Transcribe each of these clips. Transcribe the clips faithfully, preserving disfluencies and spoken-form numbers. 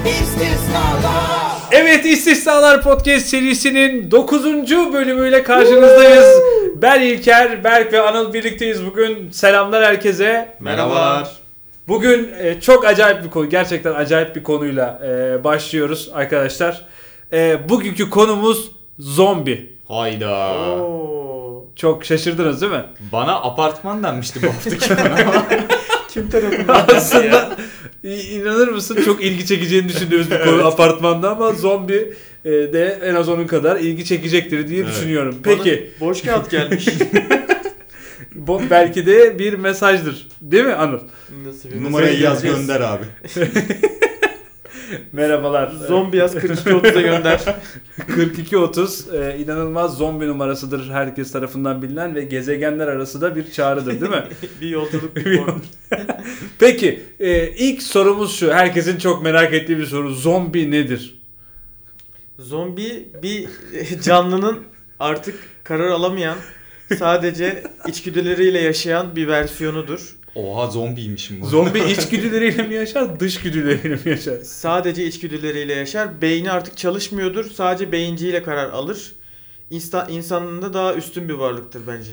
İstisnalar. Evet, İstisnalar Podcast serisinin dokuzuncu bölümüyle karşınızdayız. Ben İlker, Berk ve Anıl birlikteyiz bugün. Selamlar herkese. Merhabalar. Bugün e, çok acayip bir konu, gerçekten acayip bir konuyla e, başlıyoruz arkadaşlar. E, bugünkü konumuz zombi. Hayda. Oo. Çok şaşırdınız değil mi? Bana apartman denmişti bu haftaki bana. Kim tarafından? Aslında inanır mısın, çok ilgi çekeceğini düşündüğümüz bir konu Evet. apartmanda, ama zombi e, de en az onun kadar ilgi çekecektir diye Evet. düşünüyorum. Peki. Bana boş kağıt gelmiş. Bu belki de bir mesajdır. Değil mi Anıl? Nasıl bir Numarayı yaz mesaj gönder abi. Merhabalar. Zombi yaz kırk iki otuza gönder. kırk iki otuz e, inanılmaz zombi numarasıdır, herkes tarafından bilinen ve gezegenler arası da bir çağrıdır, değil mi? Bir yolculuk bir konu. Peki e, ilk sorumuz şu. Herkesin çok merak ettiği bir soru. Zombi nedir? Zombi bir canlının artık karar alamayan, sadece içgüdüleriyle yaşayan bir versiyonudur. Oha zombiymişim bu. Zombi içgüdüleriyle mi yaşar, dışgüdüleriyle mi yaşar? Sadece içgüdüleriyle yaşar. Beyni artık çalışmıyordur. Sadece beyinciyle karar alır. İnsan, insanın da daha üstün bir varlıktır bence.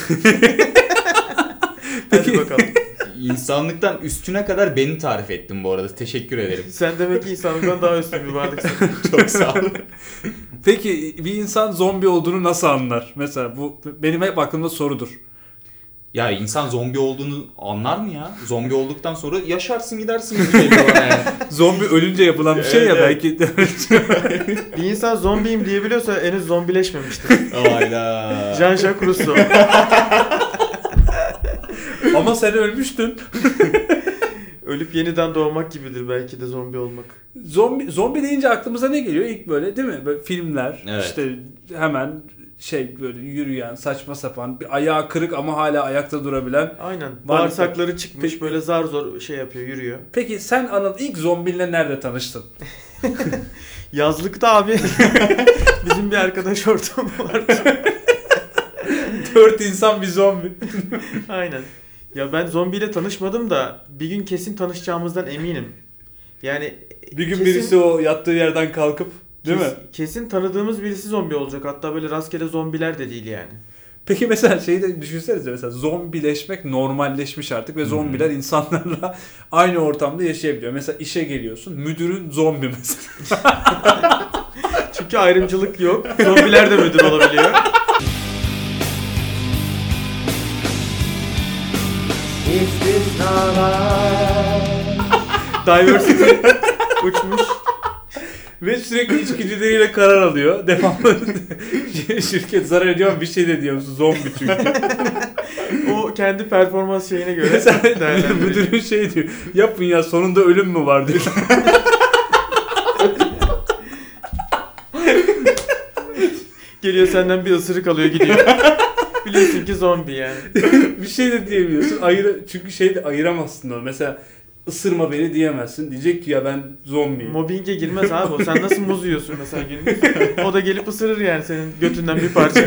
Hadi bakalım. İnsanlıktan üstüne kadar beni tarif ettin bu arada. Teşekkür ederim. Sen demek ki insanlıktan daha üstün bir varlıksın. Çok sağ ol. Peki bir insan zombi olduğunu nasıl anlar? Mesela bu benim hep aklımda sorudur. Ya insan zombi olduğunu anlar mı ya? Zombi olduktan sonra yaşarsın gidersin gibi geliyor bana yani. Zombi ölünce yapılan bir şey ya, Evet, belki. Bir insan zombiyim diyebiliyorsa henüz zombileşmemiştir. Hayda. Jean-Jacques Rousseau. Ama sen ölmüştün. Ölüp yeniden doğmak gibidir belki de zombi olmak. Zombi zombi deyince aklımıza ne geliyor? İlk böyle, değil mi? Böyle filmler, Evet. işte hemen şey, böyle yürüyen, saçma sapan, bir ayağı kırık ama hala ayakta durabilen. Aynen. Bağırsakları çıkmış, böyle zar zor şey yapıyor, yürüyor. Peki sen Anıl ilk zombiyle nerede tanıştın? Yazlıkta abi. Bizim bir arkadaş ortamı vardı. Dört insan bir zombi. Aynen. Ya ben zombiyle tanışmadım da bir gün kesin tanışacağımızdan eminim. Yani Bir gün kesin, birisi o yattığı yerden kalkıp, değil kes- mi? Kesin tanıdığımız birisi zombi olacak. Hatta böyle rastgele zombiler de değil yani. Peki mesela şeyi de düşünsenize, mesela zombileşmek normalleşmiş artık ve zombiler insanlarla aynı ortamda yaşayabiliyor. Mesela işe geliyorsun, müdürün zombi mesela. Çünkü ayrımcılık yok. Zombiler de müdür olabiliyor. Diversity uçmuş. Ve sürekli içgüdüleriyle karar alıyor. Devamlı şirket zarar ediyor ama bir şey de diyor, zombi çünkü. O kendi performans şeyine göre Mesela değerlendiriyor. müdürün şey diyor, yapın ya, sonunda ölüm mü var diyor. Geliyor senden bir ısırık alıyor gidiyor. Biliyorsun ki zombi yani. Bir şey de diyemiyorsun. Ayır, çünkü şey de ayıramazsın onu. Mesela ısırma beni diyemezsin. Diyecek ki ya ben zombiyim. Mobbinge girmez abi o. Sen nasıl muz yiyorsun mesela günlük? O da gelip ısırır yani senin götünden bir parça.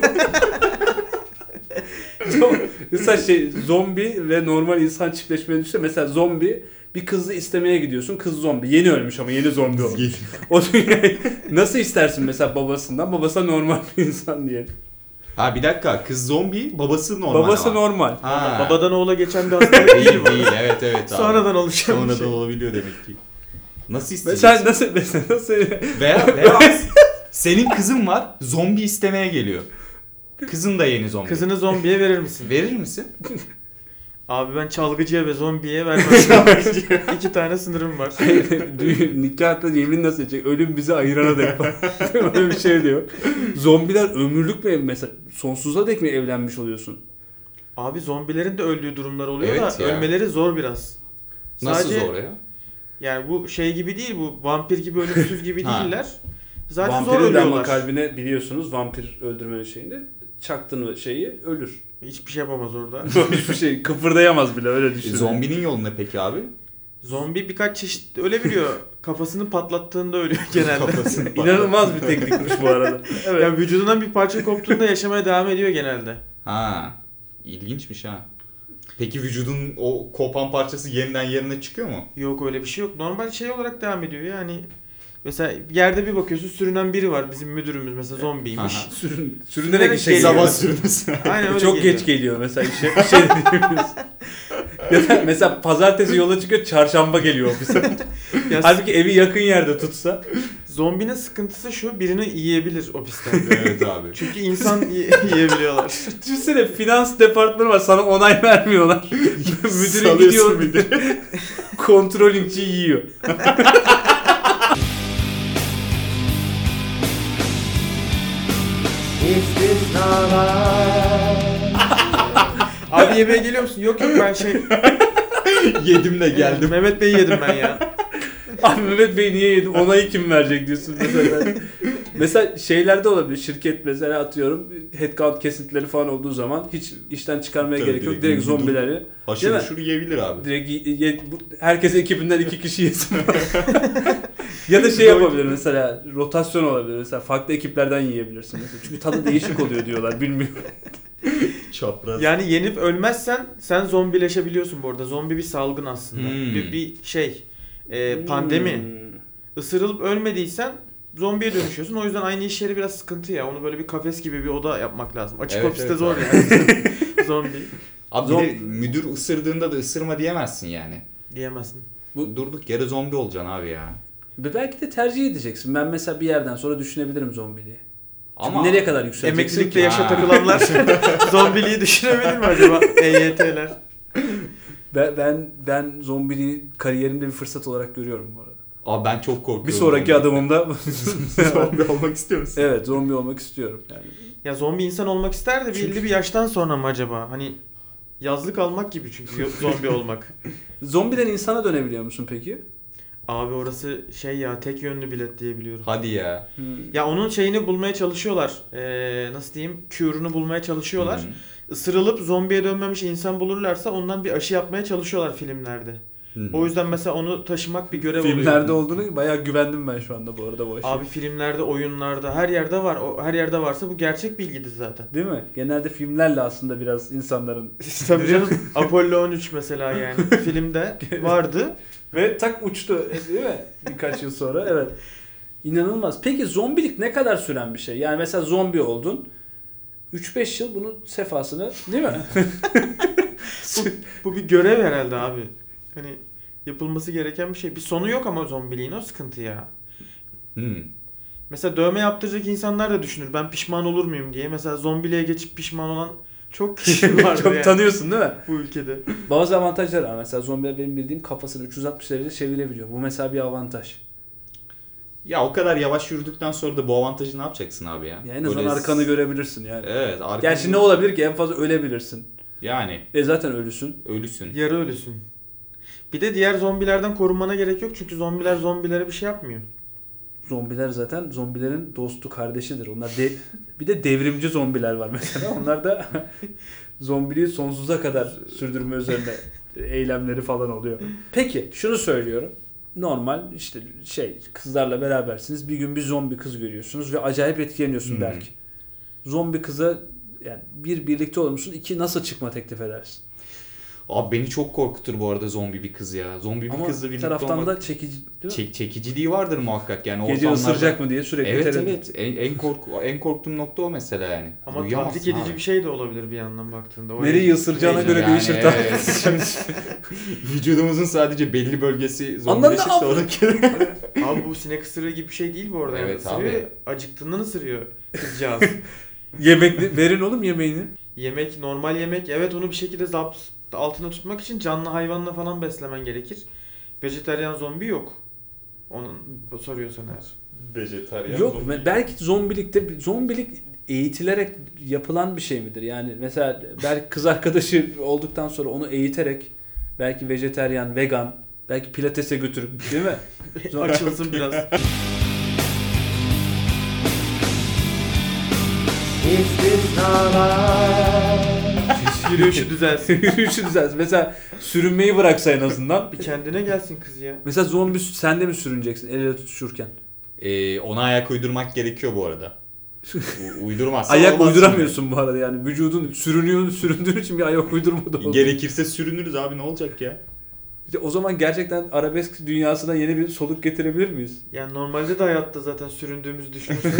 Mesela şey, zombi ve normal insan çiftleşmeye düşse, mesela zombi bir kızı istemeye gidiyorsun, kız zombi, yeni ölmüş ama yeni zombi olmuş. O dünyayı nasıl istersin mesela babasından? Babası normal bir insan diyelim. Ha bir dakika, kız zombi, babası normal Babası ama. normal. Ha. Babadan oğula geçen bir hastalık değil Değil bu. değil, evet evet abi. Sonradan oluşan bir Sonradan şey. olabiliyor demek ki. Nasıl isteyeceksin? Mesela nasıl mesela nasıl Veya, veya senin kızın var, zombi istemeye geliyor. Kızın da yeni zombi. Kızını zombiye verir misin? Verir misin? Abi ben çalgıcıya ve zombiye vermem. İki tane sınırım var. Düğün- nikahta yemin nasıl edecek? Ölüm bizi ayırana dek var. Öyle bir şey diyor. Zombiler ömürlük mü mesela, sonsuza dek mi evlenmiş oluyorsun? Abi zombilerin de öldüğü durumlar oluyor Evet da ya. ölmeleri zor biraz. Nasıl Sadece- zor ya? Yani bu şey gibi değil, bu vampir gibi ölümsüz gibi Ha. değiller. Zaten zor Vampirin de ama ölüyorlar. kalbine, biliyorsunuz vampir öldürmenin şeyinde, çaktın mı şeyi ölür. Hiçbir şey yapamaz orada. Hiçbir şey kıpırdayamaz bile, öyle E, düşün. zombinin yolu ne peki abi? Zombi birkaç çeşit ölebiliyor. Kafasını patlattığında ölüyor genelde. Kafasını İnanılmaz bir teknikmiş bu arada. Evet. Yani vücudundan bir parça koptuğunda yaşamaya devam ediyor genelde. Ha. İlginçmiş ha. Peki vücudun o kopan parçası yeniden yerine çıkıyor mu? Yok öyle bir şey yok. Normal şey olarak devam ediyor yani. Mesela yerde bir bakıyorsun sürünen biri var. Bizim müdürümüz mesela zombiymiş. Aha. Sürün, sürünerek Sürünerek işe geliyor. Sabah sürünüsün. Aynen öyle Çok geliyor. geç geliyor mesela işe. Şey dediğimiz. Ya da mesela pazartesi yola çıkıyor, çarşamba geliyor ofise. Ya Halbuki evi yakın yerde tutsa. zombinin sıkıntısı şu, birini yiyebilir ofiste. Evet abi. Çünkü insan y- yiyebiliyorlar. Düşünsene finans departmanı var, sana onay vermiyorlar. Müdürün Salıyorsun gidiyor, kontrolingçi yiyor. Abi yemeğe geliyor musun? Yok yok ben şey... Yedim de geldim. Mehmet Bey'i yedim ben ya. Abi Mehmet Bey niye yedim? Onayı kim verecek diyorsun mesela. Mesela şeylerde olabilir. Şirket mesela atıyorum headcount kesintileri falan olduğu zaman hiç işten çıkarmaya Tabii, gerek yok. direkt Direkt müdür- zombileri. Haşır Değil mi? huşur yiyebilir abi. Direkt ye- ye- bu- herkes ekibinden iki kişi yesin. Ya da şey yapabilir mesela, rotasyon olabilir. Mesela farklı ekiplerden yiyebilirsin mesela. Çünkü tadı değişik oluyor diyorlar, bilmiyorum. Çapraz. Yani yenip ölmezsen sen zombileşebiliyorsun bu arada. Zombi bir salgın aslında. Hmm. Bir, bir şey e, pandemi. Hmm. Isırılıp ölmediysen zombiye dönüşüyorsun. O yüzden aynı iş yeri biraz sıkıntı ya. Onu böyle bir kafes gibi bir oda yapmak lazım. Açık Evet, ofiste evet, zor abi. yani. Zombi Abi Zom- bir de müdür ısırdığında da ısırma diyemezsin yani. diyemezsin. Bu durduk yere zombi olacaksın abi ya. Ve belki de tercih edeceksin. Ben mesela bir yerden sonra düşünebilirim zombiliği. Çünkü Ama nereye kadar yükseleceksin Emeklilikte ki? yaşa Ha. takılanlar zombiliği düşünebilir mi acaba? E Y T'ler. Ben, ben, ben zombiliği kariyerimde bir fırsat olarak görüyorum bu arada. abi ben çok korkuyorum. Bir sonraki adımımda zombi olmak istiyor musun? evet, zombi olmak istiyorum. Yani Ya zombi insan olmak ister de Çünkü- belli bir yaştan sonra mı acaba? Hani yazlık almak gibi çünkü zombi olmak. zombiden insana dönebiliyor musun peki? Abi orası şey ya, tek yönlü bilet diye biliyorum. Hadi ya. Hmm. Ya onun şeyini bulmaya çalışıyorlar. Ee, nasıl diyeyim? Cure'unu bulmaya çalışıyorlar. Hı. Isırılıp zombiye dönmemiş insan bulurlarsa ondan bir aşı yapmaya çalışıyorlar filmlerde. Hı hı. O yüzden mesela onu taşımak bir görev Filmlerde oluyor. olduğunu bayağı güvendim ben şu anda bu arada bu aşıya. Abi filmlerde, oyunlarda, her yerde var. O her yerde varsa bu gerçek bilgidir zaten. Değil mi? Genelde filmlerle aslında biraz insanların... Tabii canım. Apollo on üç mesela yani filmde vardı. Ve tak uçtu değil mi? Birkaç yıl sonra, evet. İnanılmaz. Peki zombilik ne kadar süren bir şey? Yani mesela zombi oldun. üç beş yıl bunun sefasını, değil mi? Bu, bu bir görev herhalde abi. Hani yapılması gereken bir şey. Bir sonu yok ama zombiliğin, o sıkıntı ya. Hı. Mesela dövme yaptıracak insanlar da düşünür. Ben pişman olur muyum diye. Mesela zombiliğe geçip pişman olan çok kişi vardır Çok yani tanıyorsun değil mi? bu ülkede. Bazı avantajları var. Mesela zombiler benim bildiğim kafasını üç yüz altmış derece çevirebiliyor. Bu mesela bir avantaj. Ya o kadar yavaş yürüdükten sonra da bu avantajı ne yapacaksın abi ya? Ya en azından Böyle- arkanı görebilirsin yani. Evet. Arkanı... Gerçi ne olabilir ki? En fazla ölebilirsin. Yani E zaten ölüsün. ölüsün. Yarı ölüsün. Bir de diğer zombilerden korunmana gerek yok. Çünkü zombiler zombilere bir şey yapmıyor. Zombiler zaten zombilerin dostu, kardeşidir. Onlar de... bir de devrimci zombiler var mesela. Onlar da zombiliği sonsuza kadar sürdürme üzerine eylemleri falan oluyor. Peki şunu söylüyorum. Normal işte şey, kızlarla berabersiniz. Bir gün bir zombi kız görüyorsunuz ve acayip etkileniyorsun Hmm. belki. Zombi kıza yani bir birlikte olur musun? İki nasıl çıkma teklif edersin? Abi beni çok korkutur bu arada zombi bir kız ya. Zombi bir Ama kızla bir birlikte taraftan olmak da çekici değil mi? çek- çekiciliği vardır muhakkak yani. Gece ortamlarda- ısıracak mı diye sürekli Evet tereddüt. evet. En, en korku en korktuğum nokta o mesela yani. Ama Uyuyamazsın tahrik edici abi. bir şey de olabilir bir yandan baktığında. O Nereyi ısıracağına göre Yani değişir tabii. evet. Şimdi vücudumuzun sadece belli bölgesi Anladın zombileşirse abi. oradaki. Abi bu sinek ısırığı gibi bir şey değil bu arada. Yani Evet ısırıyor, abi. acıktığından ısırıyor kızcağız. Yemek verin oğlum yemeğini. Yemek, normal yemek, evet, onu bir şekilde zapt altına tutmak için canlı hayvanla falan beslemen gerekir. Vejetaryen zombi yok. Onun soruyorsan eğer. Vejetaryen. Yok belki zombilikte zombilik eğitilerek yapılan bir şey midir? Yani mesela belki kız arkadaşı olduktan sonra onu eğiterek belki vejeteryan, vegan, belki pilatese götürüp değil mi? Zor- Açılsın biraz. Yürüyüşü düzelsin. Yürüyüşü düzelsin. Mesela sürünmeyi bıraksa en azından. Bir kendine gelsin kız ya. Mesela zombi sen de mi sürüneceksin el ele tutuşurken? Ee, ona ayak uydurmak gerekiyor bu arada. U- Uydurmazsan Ayak olmaz uyduramıyorsun bu arada yani. Vücudun sürünüyor, süründüğün için bir ayak uydurma da şimdi. olur. Gerekirse sürünürüz abi, ne olacak ya? İşte o zaman gerçekten arabesk dünyasına yeni bir soluk getirebilir miyiz? Yani normalde de hayatta zaten süründüğümüzü düşünürsek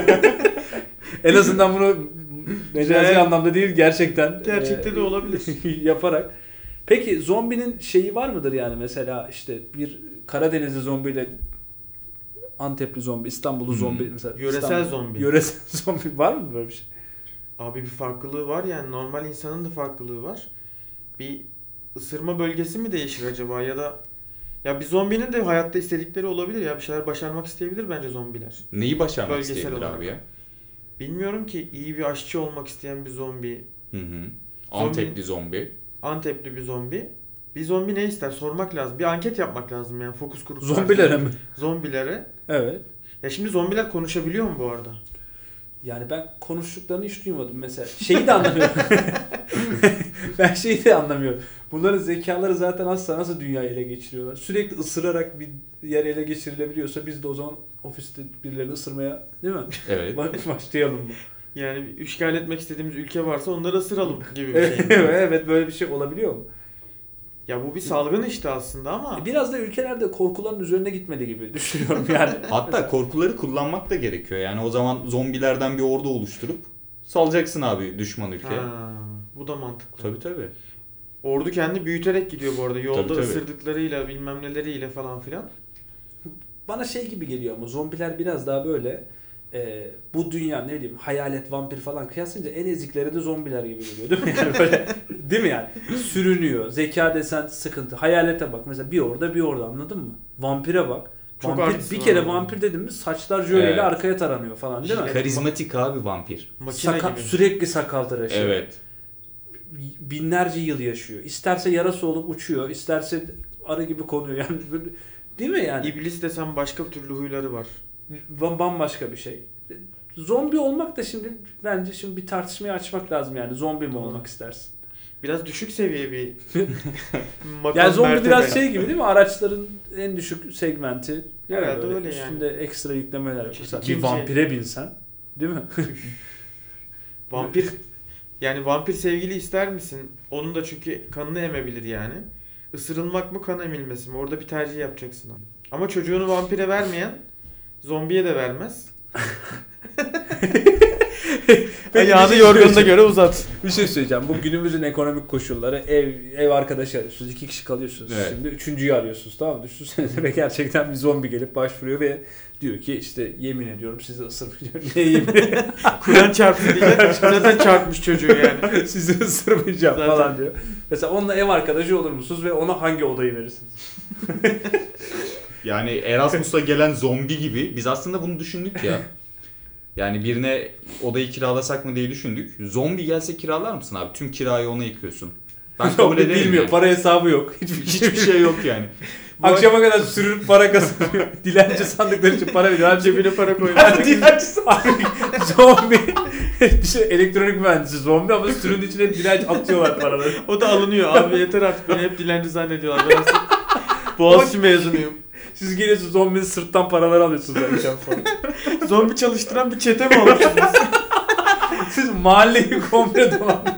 En azından bunu mecazi Evet. anlamda değil gerçekten gerçekte e, de olabilir. yaparak. Peki zombinin şeyi var mıdır yani mesela işte bir Karadenizli zombiyle Antepli zombi, İstanbullu Hmm. zombi mesela. Yöresel İstanbul- zombi. Yöresel zombi var mı böyle bir şey? Abi bir farklılığı var yani, normal insanın da farklılığı var. Bir ısırma bölgesi mi değişir acaba ya da ya bir zombinin de hayatta istedikleri olabilir ya, bir şeyler başarmak isteyebilir bence zombiler. Neyi başarmak Bölgesel isteyebilir olarak. abi ya? Bilmiyorum ki, iyi bir aşçı olmak isteyen bir zombi, Hı hı. Antepli zombi. Antepli bir zombi. Bir zombi ne ister sormak lazım. Bir anket yapmak lazım yani, fokus grubu. Zombilere mi? Zombilere. Evet. Ya şimdi zombiler konuşabiliyor mu bu arada? Yani ben konuştuklarını hiç duymadım mesela. Şeyi de anlamıyorum. Ben şeyi de anlamıyorum. Bunların zekaları zaten asla nasıl dünyayı ele geçiriyorlar? Sürekli ısırarak bir yer ele geçirilebiliyorsa biz de o zaman ofiste birilerini ısırmaya, değil mi? Evet. Başlayalım mı? Yani bir işgal etmek istediğimiz ülke varsa onları ısıralım gibi bir şey. Evet, böyle bir şey olabiliyor mu? Ya bu bir salgın işte aslında ama Biraz da ülkelerde korkuların üzerine gitmeli gibi düşünüyorum yani. Hatta korkuları kullanmak da gerekiyor. Yani o zaman zombilerden bir ordu oluşturup salacaksın abi düşman ülkeye. ha, bu da mantıklı. Tabii tabii. Ordu kendi büyüterek gidiyor bu arada. Yolda Tabii, tabii. ısırdıklarıyla bilmem neleriyle falan filan. Bana şey gibi geliyor ama zombiler biraz daha böyle e, bu dünya ne bileyim hayalet, vampir falan kıyaslayınca en ezikleri de zombiler gibi geliyor değil mi? Yani böyle, değil mi yani? Sürünüyor. Zeka desen sıkıntı. Hayalete bak mesela, bir orada bir orada, anladın mı? Vampire bak. Çok Vampir, artısı bir var kere orada. vampir dedim mi saçlar jöleyle Evet. arkaya taranıyor falan değil mi? Karizmatik abi vampir. Makine Sakal, gibi. sürekli sakal tıraşı. Evet. Binlerce yıl yaşıyor. İsterse yarası olup uçuyor, isterse arı gibi konuyor. Yani böyle- değil mi yani? İblis desem başka türlü huyları var. Bam- Bambaşka bir şey. Zombi olmak da şimdi bence şimdi bir tartışmayı açmak lazım yani. Zombi mi olmak istersin? Biraz düşük seviye bir makam Yani zombi mertebe. biraz şey gibi değil mi? Araçların en düşük segmenti. Değil mi? Herhalde Böyle öyle üstünde ekstra yüklemeler. İşte Mesela bir kimse- vampire binsen, değil mi? Vampir, yani vampir sevgili ister misin? Onun da çünkü kanını emebilir yani. Isırılmak mı, kan emilmesi mi? Orada bir tercih yapacaksın. Ama çocuğunu vampire vermeyen zombiye de vermez. Peki, Ayağını bir şey yorganına söyleyeceğim. göre uzat. Bir şey söyleyeceğim. Bu günümüzün ekonomik koşulları, ev ev arkadaşı arıyorsunuz. iki kişi kalıyorsunuz. Evet. Şimdi üçüncüyü arıyorsunuz, tamam mı? Düşünsenize ve gerçekten bir zombi gelip başvuruyor ve diyor ki işte yemin ediyorum sizi ısırmayacağım. Ne yemin ediyorum? Kur'an çarpsın diyecek. Zaten çarpmış çocuğu yani. Sizi ısırmayacağım Zaten. falan diyor. Mesela onunla ev arkadaşı olur musunuz ve ona hangi odayı verirsiniz? Yani Erasmus'a gelen zombi gibi. Biz aslında bunu düşündük ya. Yani birine odayı kiralasak mı diye düşündük. Zombi gelse kiralar mısın abi? Tüm kirayı ona yıkıyorsun. Ben kabul Zombi ederim. bilmiyor, yani. para hesabı yok. Hiçbir şey. Hiçbir şey yok yani. Akşama kadar sürünüp para kazanıyor. Dilenci sandıkları için para veriyor. Abi Cebine para koyuyor. dilenci sandık. Zombi. şey, elektronik mühendisi zombi ama sürünün içine dilenci atıyorlar paraları. O da alınıyor. Abi yeter artık, beni hep dilenci zannediyorlar. Ben aslında Boğaziçi mezunuyum. Siz geliyorsunuz zombinin sırttan paraları alıyorsunuz akşam falan. Zombi çalıştıran bir çete mi olmuşsunuz? Siz mahalleyi komple dolandınız.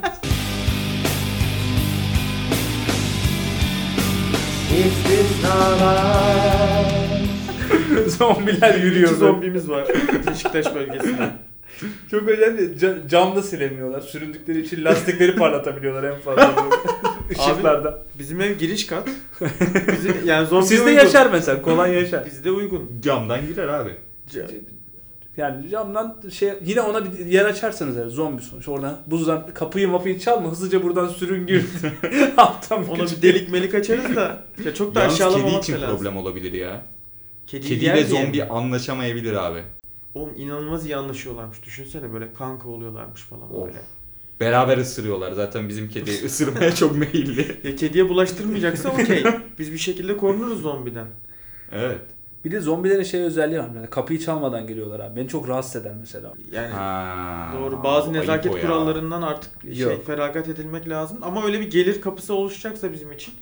Zombiler yürüyor. İki zombimiz var Beşiktaş bölgesinde. Çok önemli. Ca- camda silemiyorlar. Süründükleri için lastikleri parlatabiliyorlar en fazla. Işıklarda. Bizim ev giriş kat. Bizim, yani zombi Sizde uygun. yaşar mesela. Kolay yaşar. Bizde uygun. Camdan girer abi. C- Yani camdan şey, yine ona bir yer açarsanız yani zombi sonuç. Oradan buzdan kapıyı mapıyı çalma. Hızlıca buradan sürün gir. Alttan Ona küçük- bir delik melik açarız da. Ya çok da Yalnız kedi aşağılamamak için da lazım. problem olabilir ya. Kediyi Kediyle yer diye zombi mi? anlaşamayabilir abi. Oğlum inanılmaz iyi anlaşıyorlarmış. Düşünsene böyle kanka oluyorlarmış falan Of. böyle. Beraber ısırıyorlar. Zaten bizim kedi ısırmaya çok meyilli. Ya kediye bulaştırmayacaksa okey. Biz bir şekilde korunuruz zombiden. Evet. Bir de zombilerin şey özelliği var. Yani kapıyı çalmadan geliyorlar abi. Beni çok rahatsız eder mesela. Yani Ha, doğru, bazı ayıp nezaket o ya. kurallarından artık şey, Yok. feragat edilmek lazım. Ama öyle bir gelir kapısı oluşacaksa bizim için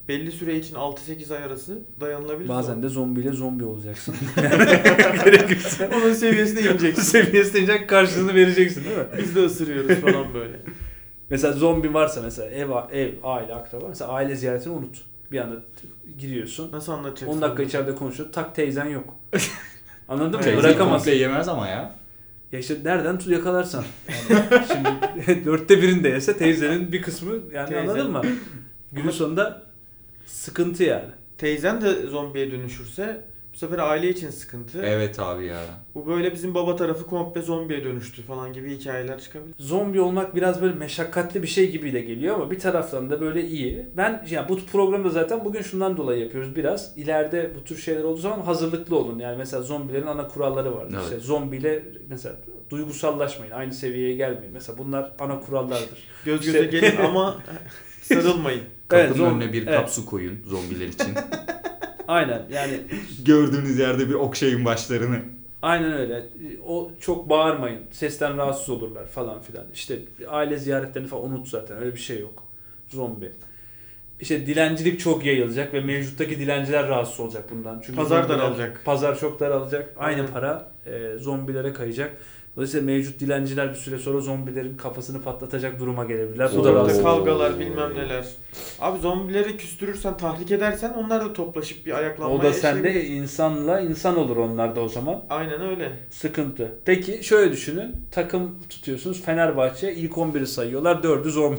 belli süre için altı sekiz ay arası dayanılabilir. Bazen de zombiyle zombi olacaksın. Gerekirse. Onun seviyesine ineceksin. Seviyesine inecek, karşılığını vereceksin değil mi? Biz de ısırıyoruz falan böyle. Mesela zombi varsa mesela ev, ev aile, akraba. Mesela aile ziyaretini unut. Bir anda giriyorsun. Nasıl anlatacaksın? on dakika içeride konuşuyor. Tak teyzen yok. Anladın mı? Teyze Bırakamazsın. Komple yemez ama ya. Ya işte nereden tut yakalarsan. Yani şimdi dörtte birinde yese teyzenin bir kısmı yani Teyzen. anladın mı? Günün sonunda sıkıntı yani. Teyzen de zombiye dönüşürse bu sefer aile için sıkıntı. Evet abi ya. Bu böyle bizim baba tarafı komple zombiye dönüştü falan gibi hikayeler çıkabilir. Zombi olmak biraz böyle meşakkatli bir şey gibi de geliyor ama bir taraftan da böyle iyi. Ben yani bu programda zaten bugün şundan dolayı yapıyoruz biraz. İleride bu tür şeyler olduğu zaman hazırlıklı olun. Yani mesela zombilerin ana kuralları vardır. Evet. İşte zombiyle mesela duygusallaşmayın. Aynı seviyeye gelmeyin. Mesela bunlar ana kurallardır. Göz İşte- göze gelin ama sarılmayın. Kapının Evet, zombi- önüne bir evet. kap su koyun zombiler için. Aynen yani Gördüğünüz yerde bir okşayın başlarını. aynen öyle. O çok bağırmayın. Sesten rahatsız olurlar falan filan. İşte aile ziyaretlerini falan unut zaten. Öyle bir şey yok. Zombi. İşte dilencilik çok yayılacak ve mevcuttaki dilenciler rahatsız olacak bundan. Çünkü Pazar zombiler- daralacak. Pazar çok daralacak. Aynı Aynen. para e, zombilere kayacak. Dolayısıyla mevcut dilenciler bir süre sonra zombilerin kafasını patlatacak duruma gelebilirler. Bu da Oo. Sokakta rahatsız. kavgalar bilmem neler. Abi zombileri küstürürsen, tahrik edersen onlar da toplaşıp bir ayaklanmaya O da sende yaşayabilir. insanla insan olur onlar da o zaman. Aynen öyle. Sıkıntı. Peki şöyle düşünün. Takım tutuyorsunuz. Fenerbahçe ilk on biri sayıyorlar. dördü zombi.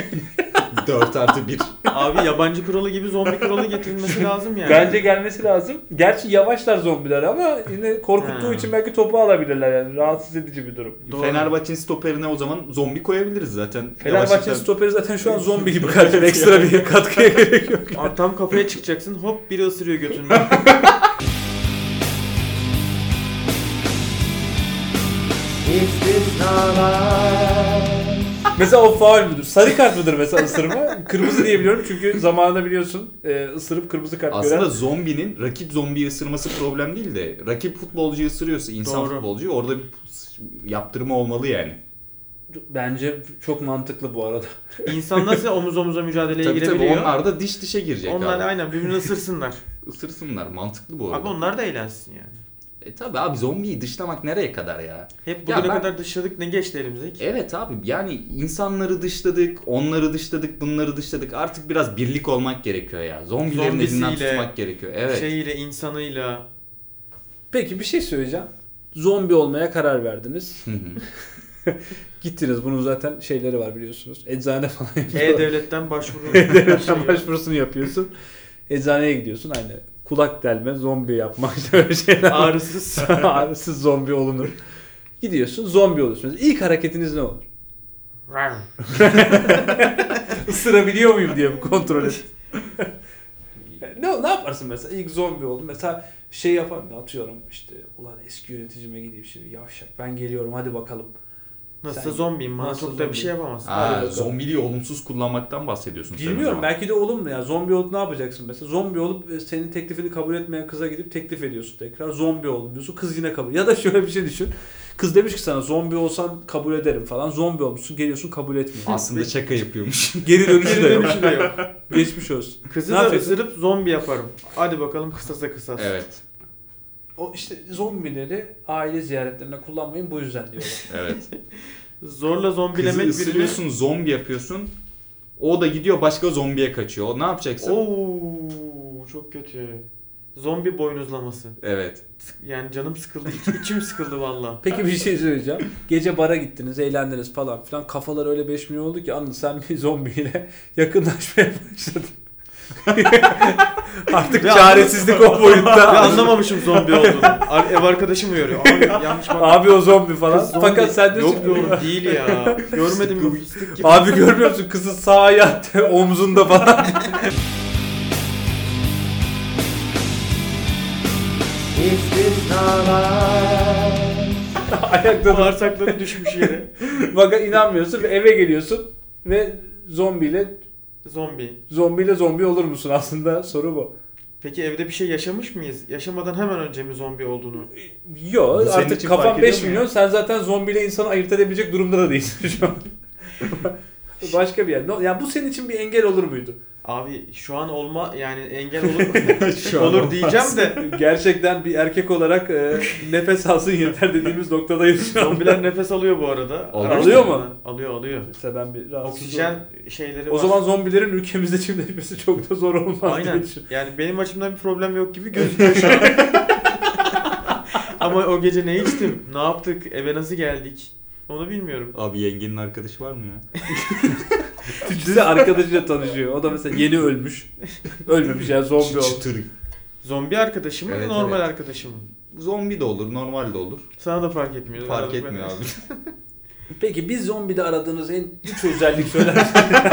dört artı bir. Abi yabancı kuralı gibi zombi kuralı getirilmesi lazım yani. Bence gelmesi lazım. Gerçi yavaşlar zombiler ama yine korkuttuğu Ha. için belki topu alabilirler yani. Rahatsız edici bir durum. Doğru. Fenerbahçe'nin stoperine o zaman zombi koyabiliriz zaten. Fenerbahçe'nin Yavaşlıkla- stoperi zaten şu an zombi gibi kardeşim. Ekstra bir katkıya gerek yok. Abi tam kafaya çıkacaksın, hop biri ısırıyor götünden. Mesela o faul müdür? Sarı kart mıdır mesela ısırma? Kırmızı diyebiliyorum çünkü zamanında biliyorsun e, ısırıp kırmızı kart Aslında gören. zombinin rakip zombiyi ısırması problem değil de rakip futbolcuyu ısırıyorsa insan Doğru. futbolcuyu orada bir yaptırımı olmalı yani. Bence çok mantıklı bu arada. İnsan nasıl omuz omuza mücadeleye Tabii tabii girebiliyor? onlar da diş dişe girecek Onlar abi. aynen birbirini ısırsınlar. Isırsınlar mantıklı bu arada. Abi onlar da eğlensin yani. E tabi abi zombiyi dışlamak nereye kadar ya? Hep Ya bugüne ben- kadar dışladık, ne geçti elimize ki? Evet abi yani insanları dışladık, onları dışladık, bunları dışladık. Artık biraz birlik olmak gerekiyor ya. Zombilerin elinden Zombisiyle, tutmak gerekiyor. Evet. Şeyiyle, insanıyla. Peki bir şey söyleyeceğim. Zombi olmaya karar verdiniz. Hı hı. Gittiniz. Bunun zaten şeyleri var biliyorsunuz. Eczane falan yapıyorlar. E-Devlet'ten başvuru. E-Devlet'ten başvurusunu yapıyorsun. Eczaneye gidiyorsun. Aynı kulak delme, zombi yapmak işte öyle şeyler. var. Ağrısız. Ağrısız zombi olunur. Gidiyorsun, zombi oluyorsunuz. İlk hareketiniz ne olur? Isırabiliyor muyum diye bir kontrol et. ne, ne yaparsın mesela? İlk zombi oldum. Mesela şey yapar mı? Atıyorum işte ulan eski yöneticime gideyim şimdi yavşak. Ben geliyorum hadi bakalım. Nasıl Sen- zombiyim, bana nasıl çok da bir zombi? şey yapamazsın. Hadi Ha, bakalım. zombiliği olumsuz kullanmaktan bahsediyorsun sen o Bilmiyorum zaman. belki de olumlu ya. Zombi olup ne yapacaksın mesela? Zombi olup e, senin teklifini kabul etmeyen kıza gidip teklif ediyorsun tekrar. Zombi oldum diyorsun. Kız yine kabul. Ya da şöyle bir şey düşün. Kız demiş ki sana zombi olsan kabul ederim falan. Zombi olmuşsun geliyorsun kabul etmiyor. Aslında şaka yapıyormuş. Geri dönüşü de yok. Dönüşü de yok. Geçmiş olsun. Kızı Ne da yapıyorsun? ısırıp zombi yaparım. Hadi bakalım kısasa kısas. Evet. O işte zombileri aile ziyaretlerine kullanmayın bu yüzden diyorlar. Evet. Zorla Kızı zombilemek birini... ısırıyorsun, zombi yapıyorsun. O da gidiyor başka zombiye kaçıyor. O ne yapacaksın? Oo, çok kötü. Zombi boynuzlaması. Evet. Yani canım sıkıldı, iç- içim sıkıldı valla. Peki bir şey söyleyeceğim. Gece bara gittiniz, eğlendiniz falan filan. Kafalar öyle beş milyon oldu ki anladın sen bir zombiyle yakınlaşmaya başladın. Artık Ve çaresizlik o Ve boyutta. anlamamışım zombi olduğunu. Ar- Ev arkadaşım uyarıyor. Abi yanlış bak. Abi o zombi falan. Kız zombi. Fakat sen de Yok yok değil ya. Görmedim Sıkı- mi? Fıstık gibi. Abi görmüyor musun? Kızı sağa yattı omzunda falan. Ayakta da. Bağırsakları düşmüş yere. Bak inanmıyorsun ve eve geliyorsun ve zombiyle Zombi. zombiyle zombi olur musun aslında soru bu. Peki evde bir şey yaşamış mıyız? Yaşamadan hemen önce mi zombi olduğunu? Yok Bu senin artık için kafan fark ediyor beş mu milyon ya? sen zaten zombiyle insanı ayırt edebilecek durumda da değilsin şu an. Başka bir yer. No, yani bu senin için bir engel olur muydu? Abi şu an olma yani engel olur Şu an olur olmaz. diyeceğim de Gerçekten bir erkek olarak e, nefes alsın yeter dediğimiz noktadayız şu anda. zombiler nefes alıyor bu arada. Alıyor Alıyor mu? Alıyor alıyor. Mesela ben bir rahatsız Oksijen oldum. şeyleri O var. zaman zombilerin ülkemizde çimleşmesi çok da zor olmaz diye Aynen. düşünüyorum. Yani benim açımdan bir problem yok gibi gözüküyor şu an. Ama o gece ne içtim? Ne yaptık? Eve nasıl geldik? Onu bilmiyorum. Abi yengenin arkadaşı var mı ya? Size arkadaşıyla tanışıyor. O da mesela yeni ölmüş. Ölmemiş yani zombi olmuş. Çıtır. Zombi arkadaşım mı? Evet, normal evet. arkadaşım mı? Zombi de olur, normal de olur. Sana da fark etmiyor. Fark Arada etmiyor ben- abi. Peki bir zombide aradığınız en üç özellik söyler misiniz?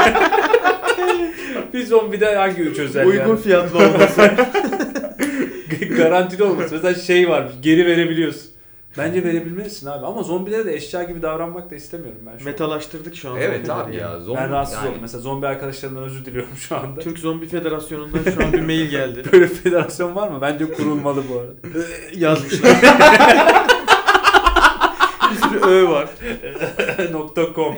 Bir zombide hangi üç özellik? Uygun yani? fiyatlı olması. Garantili olması. Mesela şey var, geri verebiliyorsun. Bence verebilmelisin abi. Ama zombilere de eşya gibi davranmak da istemiyorum ben şu an. Metalaştırdık şu an. Evet zombileri abi yani. ya. Zombi, Ben rahatsız yani- oldum. Mesela zombi arkadaşlarımdan özür diliyorum şu anda. Türk Zombi Federasyonu'ndan şu an bir mail geldi. Böyle bir federasyon var mı? Bence kurulmalı bu arada. Yazmışlar. Bir sürü ö var. .com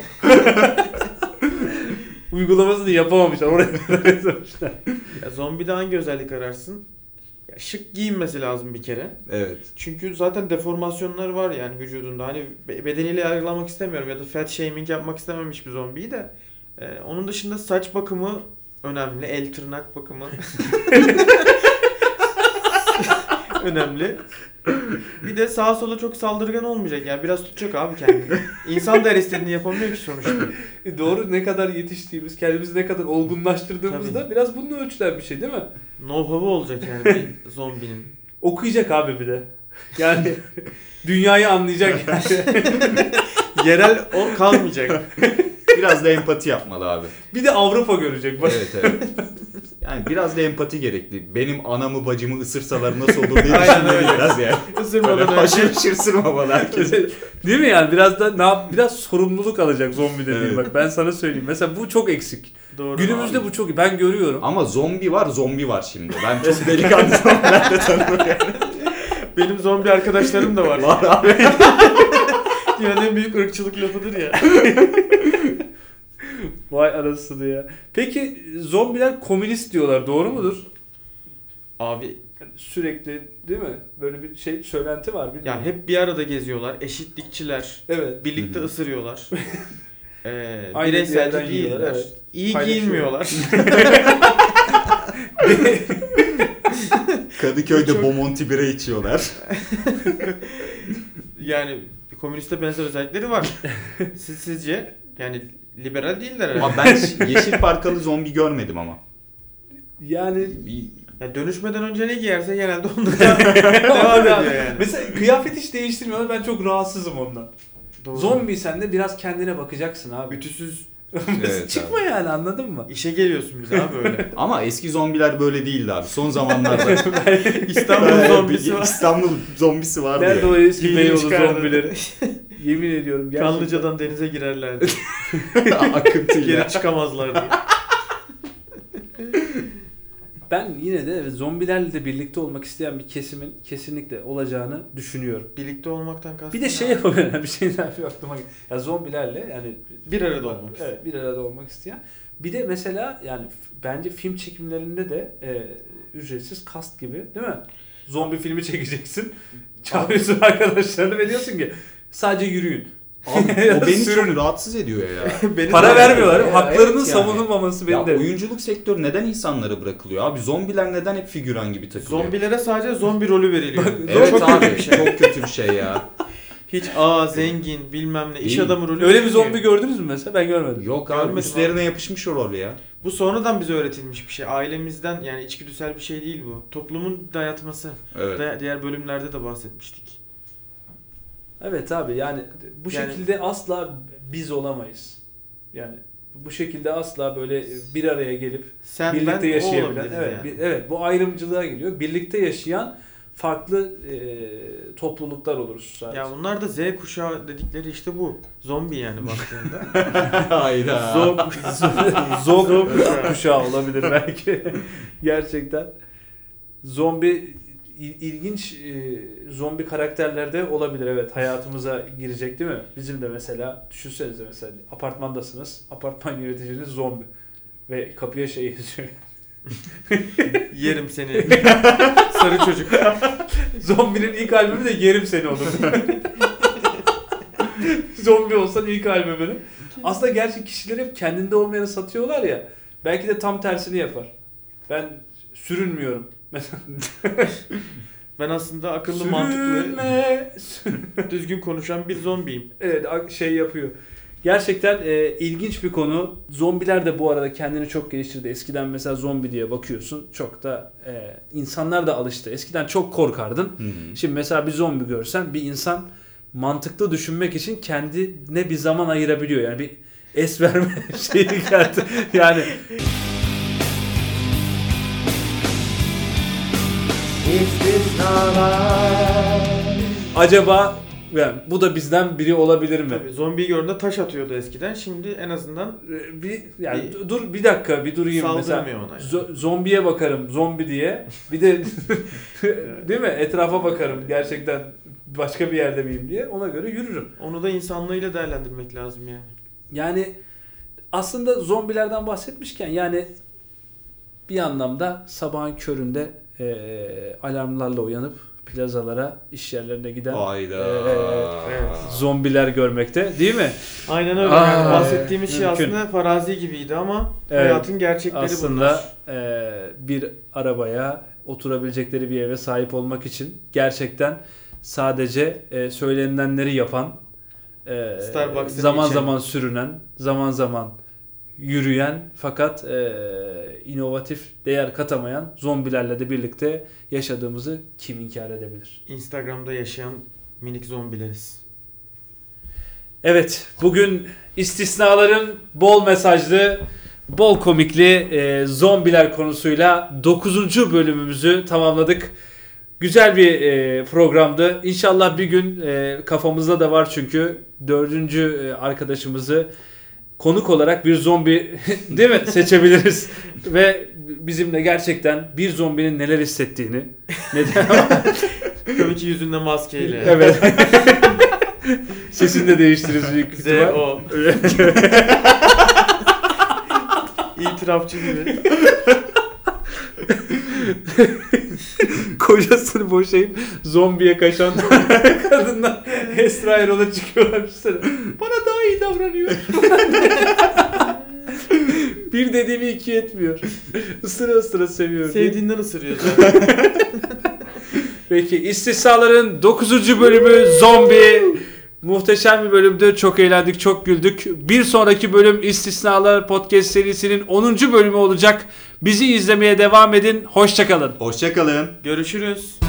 Uygulamasını yapamamışlar. Oraya kadar yazmışlar. Ya, zombide hangi özellik ararsın? Ya, şık giyinmesi lazım bir kere. Evet. Çünkü zaten deformasyonlar var yani vücudunda. Hani be- bedeniyle yargılamak istemiyorum ya da fat shaming yapmak istemem hiçbir zombiyi de. Ee, onun dışında saç bakımı önemli. El tırnak bakımı. önemli. Bir de sağa sola çok saldırgan olmayacak. Yani biraz tutacak abi kendini. İnsan da her istediğini yapamıyor ki sonuçta. E doğru, ne kadar yetiştiğimiz, kendimizi ne kadar olgunlaştırdığımızda Tabii. biraz bununla ölçülen bir şey değil mi? Know-how'u olacak yani bir zombinin. Okuyacak abi bir de. Yani dünyayı anlayacak yani. Yerel o kalmayacak. Biraz da empati yapmalı abi. Bir de Avrupa görecek. Bak. Evet evet. Yani biraz da empati gerekli. Benim anamı bacımı ısırsalar nasıl olur diye Aynen düşünmeli öyle. biraz yani. Isırmadan Böyle önce. haşır haşır ısırmamalı herkes. Değil mi yani? Biraz da ne yap biraz sorumluluk alacak zombi dediğin Evet. bak. Ben sana söyleyeyim. Mesela bu çok eksik. Doğru. Günümüzde bu çok, ben görüyorum. Ama zombi var, zombi var şimdi. Ben çok delikanlı zombiler de tanıyorum yani. Benim zombi arkadaşlarım da var. Var abi. Dünyanın en büyük ırkçılık lafıdır ya. Vay arasını ya. Peki zombiler komünist diyorlar. Doğru mudur? Abi Yani sürekli değil mi? Böyle bir şey söylenti var. Bilmiyorum. ya hep bir arada geziyorlar. Eşitlikçiler. Evet. Birlikte Hı hı. ısırıyorlar. Ee, Aynı bireyselci yerden değiller. yiyorlar, evet. İyi Paylaşıyorlar. giyinmiyorlar. Kadıköy'de Çok- Bomonti bira içiyorlar. Yani komüniste benzer özellikleri var. Siz sizce yani liberal değiller herhalde. Ama ben yeşil parkalı zombi görmedim ama. Yani Bir- Yani dönüşmeden önce ne giyerse genelde onda devam ediyor yani. mesela kıyafet hiç değiştirmiyorlar. Ben çok rahatsızım ondan. Doğru. Zombi sen de biraz kendine bakacaksın abi. Bütüsüz Evet Çıkma yani, anladın mı? işe geliyorsun bize abi öyle. Ama eski zombiler böyle değildi abi. Son zamanlarda İstanbul Böyle zombisi bir var. İstanbul zombisi vardı Nerede ya. o eski Giyini Beyoğlu çıkardı. zombileri? Yemin ediyorum gerçekten. Kanlıca'dan denize girerlerdi. Akıntıyla. Geri çıkamazlardı. Ben yine de evet, zombilerle de birlikte olmak isteyen bir kesimin kesinlikle olacağını düşünüyorum. Birlikte olmaktan kastım. Bir de şey ne? yapabilirim, bir şey daha bir aklıma geldi. Ya zombilerle yani Bir arada olmak isteyen. Evet, bir arada olmak isteyen. Bir de mesela yani f- bence film çekimlerinde de e, ücretsiz kast gibi değil mi? Zombi filmi çekeceksin. Çağırıyorsun arkadaşlarını ve diyorsun ki sadece yürüyün. Abi, o beni Sürün. çok rahatsız ediyor ya. Beni Para de- vermiyorlar. Ya, Haklarının evet yani. savunulmaması benim Ya de. oyunculuk sektörü neden insanlara bırakılıyor abi? Zombiler neden hep figüran gibi takılıyor? Zombilere sadece zombi rolü veriliyor. Evet Çok abi kötü bir şey. çok kötü bir şey ya. Hiç aa zengin bilmem ne iş Değil. adamı rolü Öyle bir verilmiyor. zombi gördünüz mü mesela? Ben görmedim. Yok abi Görmedim üstlerine yapışmış o rol ya. Bu sonradan bize öğretilmiş bir şey. Ailemizden yani içgüdüsel bir şey değil bu. Toplumun dayatması. Evet. Da- diğer bölümlerde de bahsetmiştik. Evet abi yani bu Yani- şekilde asla biz olamayız. Yani bu şekilde asla böyle bir araya gelip Sen birlikte ben o yaşayabilen, olabiliriz evet, yani. bir- evet bu ayrımcılığa geliyor. Birlikte yaşayan farklı e, topluluklar oluruz sadece. Ya bunlar da Z kuşağı dedikleri işte bu. Zombi yani baktığında. Hayda. Zom Zog Zog kuşağı. kuşağı olabilir belki. Gerçekten. Zombi il- ilginç e, zombi karakterlerde olabilir, evet, hayatımıza girecek değil mi? Bizim de mesela düşünsenize mesela apartmandasınız. Apartman yöneticiniz zombi. Ve kapıya şey yazıyor. Yerim seni. Sarı çocuk. Zombinin ilk albümü de Yerim Seni olur. Zombi olsan ilk albümünü. Aslında gerçi kişiler hep kendinde olmayanı satıyorlar ya. Belki de tam tersini yapar. Ben sürünmüyorum. Mesela Ben aslında akıllı, mantıklı, sürünme. düzgün konuşan bir zombiyim. Evet, şey yapıyor. Gerçekten e, ilginç bir konu. Zombiler de bu arada kendini çok geliştirdi. Eskiden mesela zombi diye bakıyorsun. Çok da e, insanlar da alıştı. Eskiden çok korkardın. Hı hı. Şimdi mesela bir zombi görsen bir insan mantıklı düşünmek için kendine bir zaman ayırabiliyor. Yani bir es verme şeyi geldi. Yani acaba yani bu da bizden biri olabilir mi? Tabii, zombiyi gördüğünde taş atıyordu eskiden. Şimdi en azından Ee, Bir yani Bir- dur bir dakika bir durayım mesela. saldırmıyor ona. Yani. Zo- zombiye bakarım zombi diye. Bir de değil mi? Etrafa bakarım gerçekten başka bir yerde miyim diye. Ona göre yürürüm. Onu da insanlığıyla değerlendirmek lazım yani. Yani aslında zombilerden bahsetmişken yani bir anlamda sabahın köründe eee, alarmlarla uyanıp plazalara, iş yerlerine giden Hayda. Ee, evet. zombiler görmekte değil mi? Aynen öyle. Aa, yani bahsettiğimiz şey mümkün. aslında farazi gibiydi ama Evet, hayatın gerçekleri Aslında bunlar. eee, bir arabaya oturabilecekleri bir eve sahip olmak için gerçekten sadece eee, söylenilenleri yapan, eee, Starbucks'ın zaman içen. zaman sürünen, zaman zaman yürüyen fakat eee, inovatif değer katamayan zombilerle de birlikte yaşadığımızı kim inkar edebilir? Instagram'da yaşayan minik zombileriz. Evet, bugün istisnaların bol mesajlı, bol komikli e, zombiler konusuyla dokuzuncu bölümümüzü tamamladık. Güzel bir e, programdı. İnşallah bir gün e, kafamızda da var çünkü dördüncü e, arkadaşımızı konuk olarak bir zombi değil mi seçebiliriz ve bizimle gerçekten bir zombinin neler hissettiğini neden Tabii ki yüzünde maskeyle. evet. Sesini de değiştiririz büyük Z ihtimal. o. İtirafçı gibi. Kocasını boşayıp zombiye kaçan kadınlar Esra Erol'a çıkıyorlar. Bana daha iyi davranıyor. Bir dediğimi iki etmiyor. Isıra ısıra seviyor. Sevdiğinden ısırıyor zaten. Peki istisnaların dokuzuncu bölümü zombi. Muhteşem bir bölümdü. Çok eğlendik, çok güldük. Bir sonraki bölüm İstisnalar Podcast serisinin onuncu bölümü olacak. Bizi izlemeye devam edin. Hoşça kalın. Hoşça kalın. Görüşürüz.